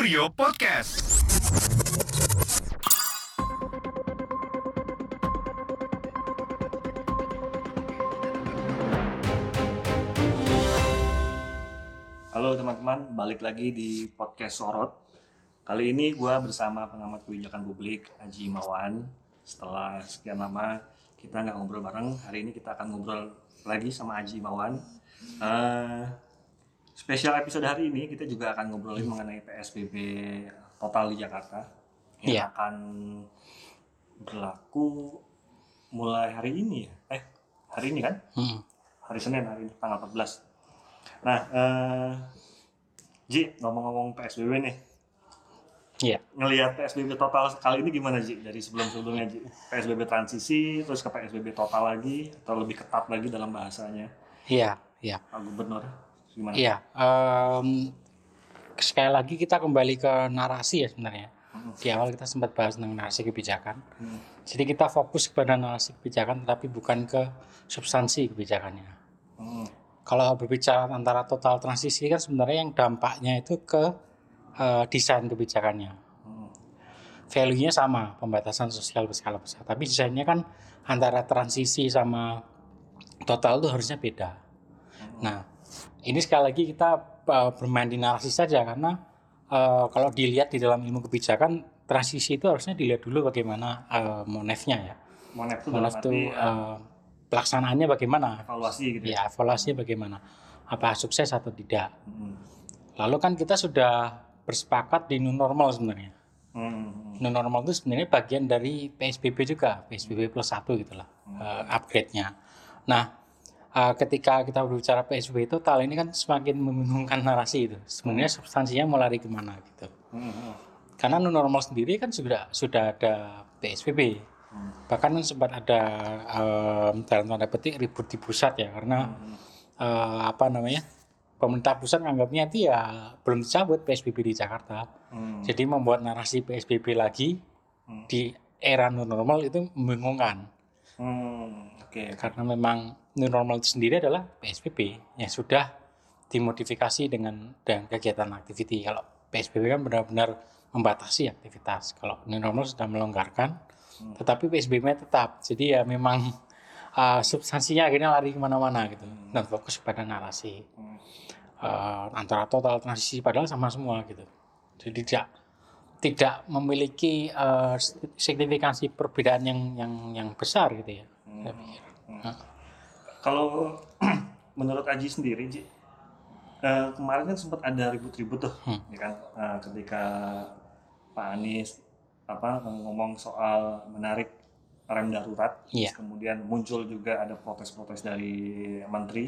Kurio Podcast. Halo teman-teman, balik lagi di podcast Sorot. Kali ini gue bersama pengamat kebijakan publik Aji Imawan. Setelah sekian lama kita nggak ngobrol bareng, hari ini kita akan ngobrol lagi sama Aji Imawan. Spesial episode hari ini kita juga akan ngobrolin mengenai PSBB total di Jakarta yang akan berlaku mulai hari ini ya. Hari ini kan? Hari Senin, hari ini tanggal 14. Nah, Ji, ngomong-ngomong PSBB nih. Iya. Ngelihat PSBB total kali ini gimana, Ji? Dari sebelum-sebelumnya, Ji? PSBB transisi, terus ke PSBB total lagi, atau lebih ketat lagi dalam bahasanya? Iya. Pak Gubernur, gimana? Iya. Sekali lagi kita kembali ke narasi ya sebenarnya. Di awal kita sempat bahas tentang narasi kebijakan. Jadi kita fokus kepada narasi kebijakan, tetapi bukan ke substansi kebijakannya. Kalau berbicara antara total transisi kan sebenarnya yang dampaknya itu ke desain kebijakannya. Value-nya sama, pembatasan sosial berskala besar. Tapi desainnya kan antara transisi sama total itu harusnya beda. Nah, ini sekali lagi kita bermain di narasi saja karena kalau dilihat di dalam ilmu kebijakan, transisi itu harusnya dilihat dulu bagaimana monefnya ya. Monef itu pelaksanaannya bagaimana? Evaluasi gitu ya. Evaluasinya bagaimana? Apa sukses atau tidak? Lalu kan kita sudah bersepakat di new normal sebenarnya. New normal itu sebenarnya bagian dari PSBB juga, PSBB plus 1 gitulah, upgrade-nya. Nah, ketika kita berbicara PSBB total ini kan semakin membingungkan narasi itu. Sebenarnya substansinya mau lari kemana gitu. Karena new normal sendiri kan sudah ada PSBB. Bahkan kan sempat ada dalam tanda petik ribut di pusat ya karena pemerintah pusat menganggapnya itu ya belum dicabut PSBB di Jakarta. Jadi membuat narasi PSBB lagi di era new normal itu membingungkan. Karena memang new normal itu sendiri adalah PSBB yang sudah dimodifikasi dengan kegiatan aktiviti. Kalau PSBB kan benar-benar membatasi aktivitas. Kalau new normal sudah melonggarkan, tetapi PSBB-nya tetap. Jadi ya memang substansinya akhirnya lari kemana-mana gitu dan fokus pada narasi. Antara total transisi padahal sama semua gitu. Jadi tidak memiliki signifikansi perbedaan yang besar gitu ya. Kalau menurut Aji sendiri, Ji, kemarin kan sempat ada ribut-ribut tuh, ya kan, ketika Pak Anies ngomong soal menarik rem darurat, kemudian muncul juga ada protes-protes dari menteri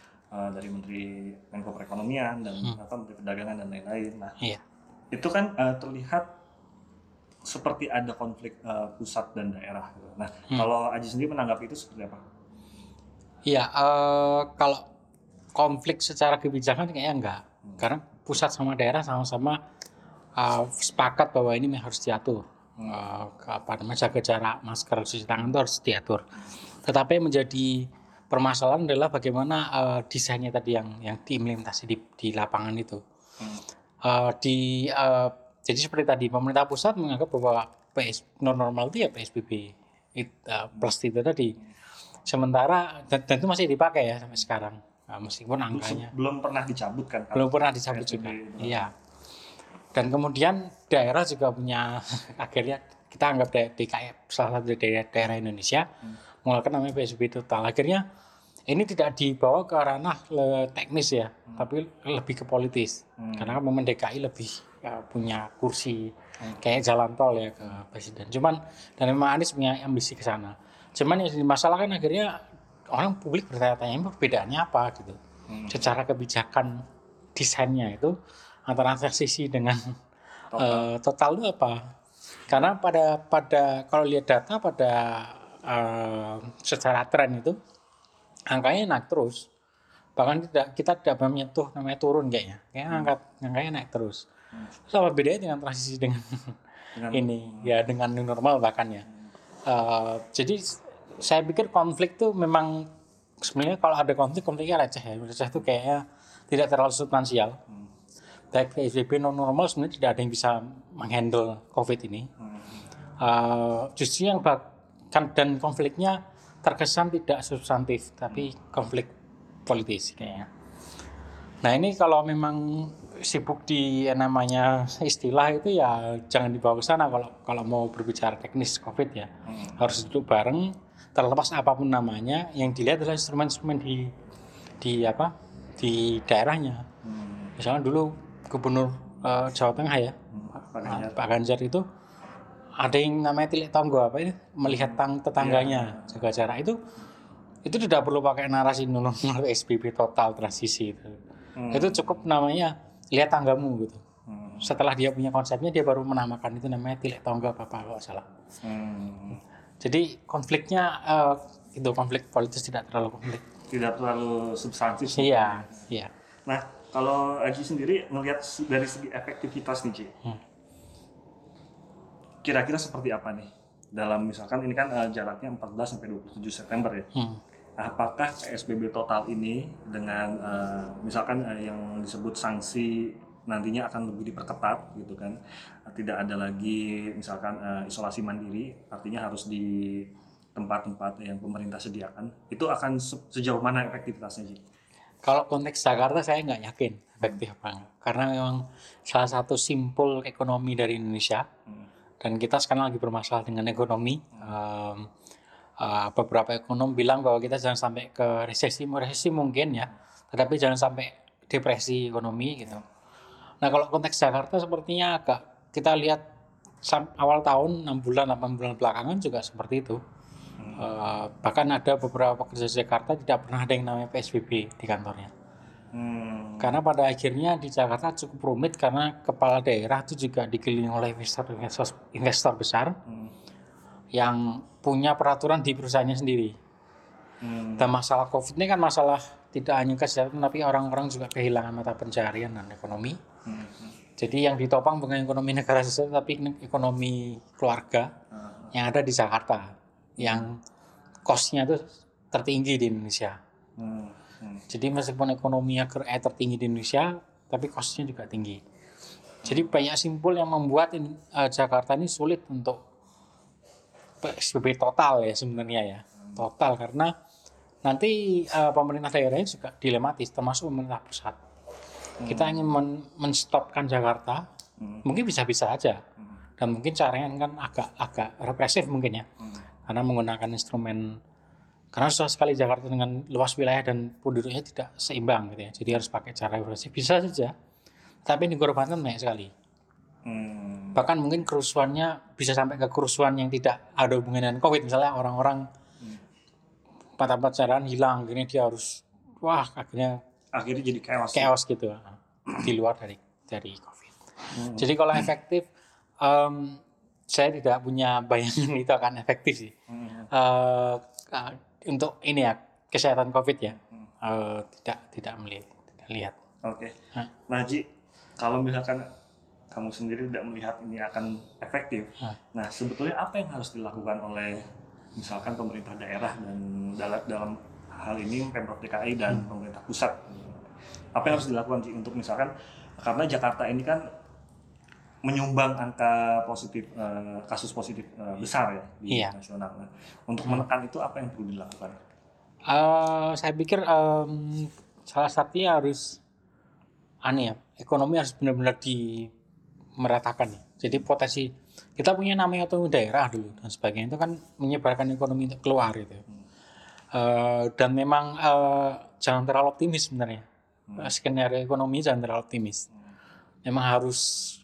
Menko Perekonomian dan Menteri Perdagangan dan lain-lain. Nah, itu kan terlihat seperti ada konflik pusat dan daerah. Gitu. Nah, kalau Aji sendiri menanggapi itu seperti apa? Iya, kalau konflik secara kebijakan kayaknya enggak, karena pusat sama daerah sama-sama sepakat bahwa ini harus diatur. Jaga jarak, masker, cuci tangan itu harus diatur. Tetapi yang menjadi permasalahan adalah bagaimana desainnya tadi yang diimplementasi di lapangan itu. Jadi seperti tadi pemerintah pusat menganggap bahwa normal itu ya PSBB plus itu tadi. Sementara dan itu masih dipakai ya sampai sekarang. Meskipun angkanya belum pernah dicabut kan? Belum pernah dicabut juga. Iya. Dan kemudian daerah juga punya akhirnya kita anggap DKI salah satu daerah Indonesia mengeluarkan namanya PSBB total. Akhirnya ini tidak dibawa ke ranah teknis ya, tapi lebih ke politis. Karena memang DKI lebih punya kursi kayak jalan tol ya ke presiden. Dan memang Anies punya ambisi ke sana. Cuman yang dimasalahkan akhirnya orang publik bertanya-tanya perbedaannya apa gitu. Secara kebijakan desainnya itu antara transisi dengan total itu apa? Karena pada kalau lihat data pada secara tren itu angkanya naik terus. Bahkan kita tidak menyentuh namanya turun kayaknya. Angkanya naik terus. Terus apa bedanya dengan transisi dengan ini ya dengan new normal bahkan ya. Jadi saya pikir konflik tuh memang sebenarnya kalau ada konfliknya receh ya. Receh itu kayaknya tidak terlalu substansial. baik PSBB non normal sebenarnya tidak ada yang bisa menghandle COVID ini. Justru yang dan konfliknya terkesan tidak substantif, tapi konflik politis kayaknya. Nah ini kalau memang sibuk di namanya istilah itu ya jangan dibawa ke sana kalau mau berbicara teknis COVID ya. Harus duduk bareng, terlepas apapun namanya, yang dilihat adalah instrumen-instrumen di daerahnya. Misalnya dulu Gubernur Jawa Tengah ya, Pak Ganjar itu ada yang namanya tilik tonggo apa ini, melihat tetangganya, jaga jarak itu tidak perlu pakai narasi nulung PSBB total transisi itu. Itu cukup namanya lihat tanggamu gitu. Setelah dia punya konsepnya dia baru menamakan itu namanya tilik tonggo apa kalau salah. Jadi konfliknya itu konflik politis tidak terlalu konflik. Tidak terlalu substantif. Iya. Nah, kalau Aji sendiri melihat dari segi efektivitas nih, Ci. Kira-kira seperti apa nih? Dalam misalkan ini kan jaraknya 14 sampai 27 September ya. Apakah PSBB total ini dengan misalkan yang disebut sanksi nantinya akan lebih diperketat gitu kan? Tidak ada lagi misalkan isolasi mandiri, artinya harus di tempat-tempat yang pemerintah sediakan. Itu akan sejauh mana efektivitasnya, Ji? Kalau konteks Jakarta saya nggak yakin efektif banget. Karena memang salah satu simpul ekonomi dari Indonesia. Dan kita sekarang lagi bermasalah dengan ekonomi. Beberapa ekonom bilang bahwa kita jangan sampai ke resesi mungkin ya, tetapi jangan sampai depresi ekonomi gitu. Nah kalau konteks Jakarta sepertinya agak kita lihat awal tahun 6 bulan 8 bulan belakangan juga seperti itu. Bahkan ada beberapa pekerja Jakarta tidak pernah ada yang namanya PSBB di kantornya. Karena pada akhirnya di Jakarta cukup rumit karena kepala daerah itu juga dikelilingi oleh investor besar yang punya peraturan di perusahaannya sendiri. Dan masalah COVID ini kan masalah tidak hanya kesehatan tapi orang-orang juga kehilangan mata pencaharian dan ekonomi. Jadi yang ditopang bukan ekonomi negara saja tapi ekonomi keluarga yang ada di Jakarta yang cost-nya itu tertinggi di Indonesia. Jadi meskipun ekonominya tertinggi di Indonesia, tapi cost-nya juga tinggi. Jadi banyak simpul yang membuat Jakarta ini sulit untuk PSBB total ya sebenarnya ya. Total karena nanti pemerintah daerahnya juga dilematis, termasuk pemerintah pusat. Kita ingin menstopkan Jakarta, mungkin bisa-bisa aja. Dan mungkin caranya kan agak represif mungkin ya. Karena menggunakan instrumen, karena susah sekali Jakarta dengan luas wilayah dan penduduknya tidak seimbang gitu ya. Jadi harus pakai cara represif, bisa saja. Tapi ini korbannya banyak sekali. Bahkan mungkin kerusuhannya bisa sampai ke kerusuhan yang tidak ada hubungannya dengan COVID. Misalnya orang-orang mata pencaharian hilang, akhirnya dia harus akhirnya jadi chaos gitu di luar dari COVID. Jadi kalau efektif, saya tidak punya bayangan itu akan efektif sih. Untuk ini ya kesehatan COVID ya, tidak lihat. Oke. Nah Ji, kalau misalkan kamu sendiri tidak melihat ini akan efektif, nah sebetulnya apa yang harus dilakukan oleh misalkan pemerintah daerah dan dalam hal ini Pemprov DKI dan pemerintah pusat? Apa yang harus dilakukan Ji untuk misalkan karena Jakarta ini kan menyumbang angka positif kasus positif besar ya di nasional. Nah, untuk menekan itu apa yang perlu dilakukan? Saya pikir salah satunya harus ekonomi harus benar-benar dimeratakan ya. Jadi potensi kita punya namanya otonomi daerah dulu dan sebagainya itu kan menyebarkan ekonomi untuk keluar gitu. Dan memang jangan terlalu optimis sebenarnya. Skenario ekonomi jangan terlalu optimis. Memang harus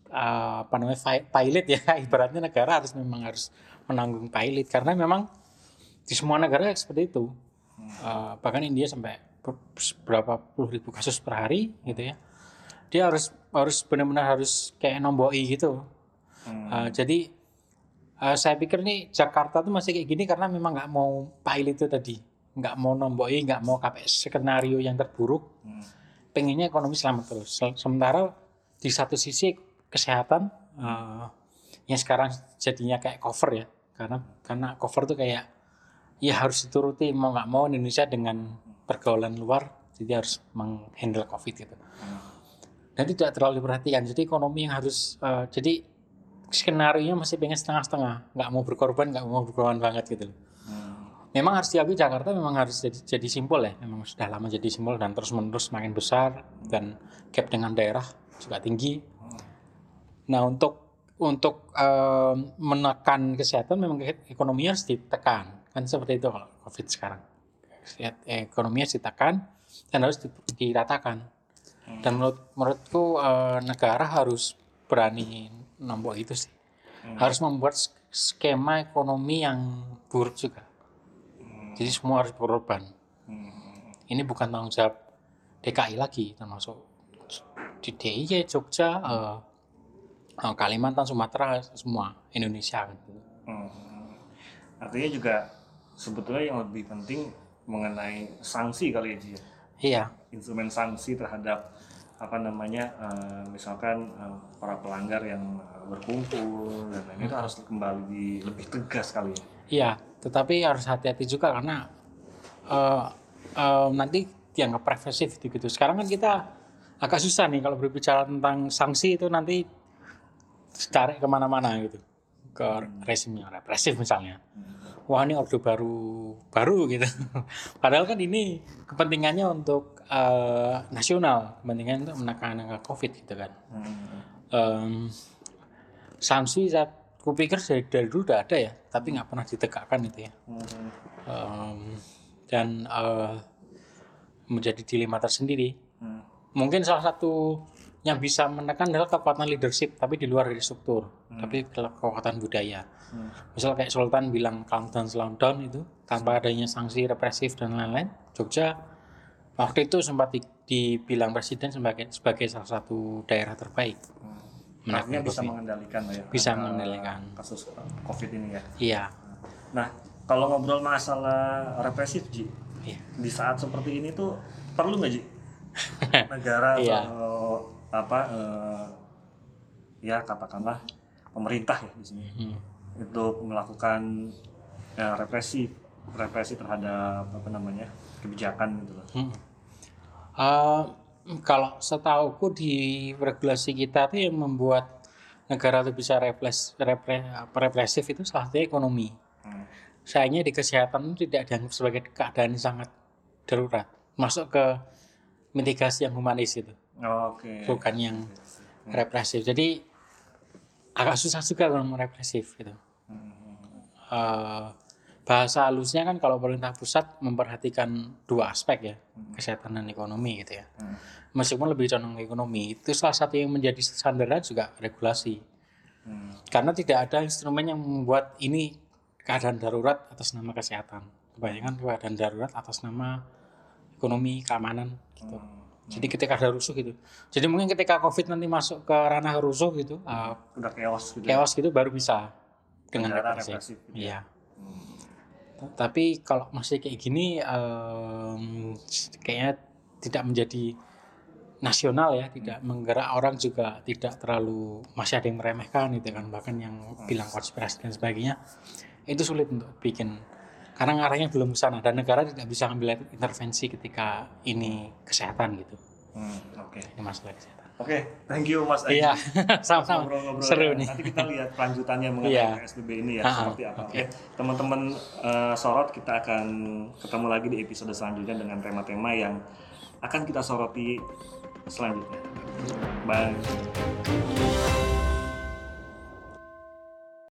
pilot ya, ibaratnya negara harus menanggung pilot karena memang di semua negara seperti itu. Bahkan India sampai berapa puluh ribu kasus per hari gitu ya. Dia harus benar-benar harus kayak nomboi gitu. Jadi saya pikir nih Jakarta tuh masih kayak gini karena memang nggak mau pilot itu tadi, nggak mau nomboi, nggak mau kayak skenario yang terburuk. Pengennya ekonomi selamat terus. Sementara di satu sisi kesehatan yang sekarang jadinya kayak cover ya, karena cover tuh kayak ya harus dituruti mau nggak mau Indonesia dengan pergaulan luar, jadi harus menghandle COVID gitu. dan tidak terlalu diperhatikan. Jadi ekonomi yang harus jadi skenario-nya masih pengen setengah-setengah, nggak mau berkorban banget gitu. Memang harus diakui Jakarta memang harus jadi simbol ya, memang sudah lama jadi simbol dan terus-menerus makin besar dan gap dengan daerah juga tinggi. Nah untuk menekan kesehatan memang ekonomi harus ditekan, kan seperti itu kalau COVID sekarang. Ekonomi harus ditekan dan harus diratakan. Dan menurutku negara harus berani nombok itu sih. Harus membuat skema ekonomi yang buruk juga. Jadi semua harus berkorban. Ini bukan tanggung jawab DKI lagi, termasuk di DIY, Jogja, Kalimantan, Sumatera, semua Indonesia. Artinya juga sebetulnya yang lebih penting mengenai sanksi kali ya, Ji. Iya. Instrumen sanksi terhadap misalkan para pelanggar yang berkumpul dan lain itu harus kembali lebih tegas kali ya. Iya, tetapi harus hati-hati juga karena nanti dianggap represif gitu. Sekarang kan kita agak susah nih kalau berbicara tentang sanksi itu nanti tarik kemana-mana gitu, ke rezimnya represif misalnya. Wah ini orde baru gitu. Padahal kan ini kepentingannya untuk nasional, kepentingan untuk menekan angka COVID gitu kan. Sanksi saya kupikir dari dulu udah ada ya, tapi nggak pernah ditegakkan itu ya. Dan menjadi dilema tersendiri. Mungkin salah satu yang bisa menekan adalah kekuatan leadership, tapi di luar dari struktur, tapi kekuatan budaya. Misal kayak Sultan bilang calm down itu tanpa adanya sanksi represif dan lain-lain. Jogja waktu itu sempat dibilang presiden sebagai salah satu daerah terbaik. Artinya bisa mengendalikan ya. Bisa mengendalikan kasus COVID ini ya. Iya. Nah, kalau ngobrol masalah represif, Ji, iya. Di saat seperti ini tuh perlu nggak, Ji? Negara iya. Ya katakanlah pemerintah ya di sini untuk melakukan represi terhadap kebijakan gitu loh. Kalau setauku di regulasi kita tuh yang membuat negara itu bisa represif itu salah satunya ekonomi. Sayangnya di kesehatan itu tidak dianggap sebagai keadaan yang sangat darurat, masuk ke mitigasi yang humanis itu. Bukan yang represif. Jadi agak susah juga kalau represif gitu. Bahasa halusnya kan kalau pemerintah pusat memperhatikan dua aspek ya, kesehatan dan ekonomi gitu ya. Meskipun lebih condong ke ekonomi, itu salah satu yang menjadi sandaran juga regulasi. Karena tidak ada instrumen yang membuat ini keadaan darurat atas nama kesehatan. Kebanyakan keadaan darurat atas nama ekonomi, keamanan gitu. Jadi ketika ada rusuh gitu. Jadi mungkin ketika COVID nanti masuk ke ranah rusuh gitu, udah chaos gitu baru bisa dengan represif. Iya. Tapi kalau masih kayak gini kayaknya tidak menjadi nasional ya, tidak menggerak orang juga tidak terlalu, masih ada yang meremehkan gitu kan, bahkan yang bilang konspirasi dan sebagainya. Itu sulit untuk bikin karena ngarahnya belum ke sana dan negara tidak bisa ambil intervensi ketika ini kesehatan gitu. Ini masalah kesehatan. Thank you Mas Aji. Iya, sama-sama. Seru nih. Nanti kita lihat kelanjutannya mengenai PSBB ini ya, seperti apa. Teman-teman sorot, kita akan ketemu lagi di episode selanjutnya dengan tema-tema yang akan kita soroti selanjutnya. Bye.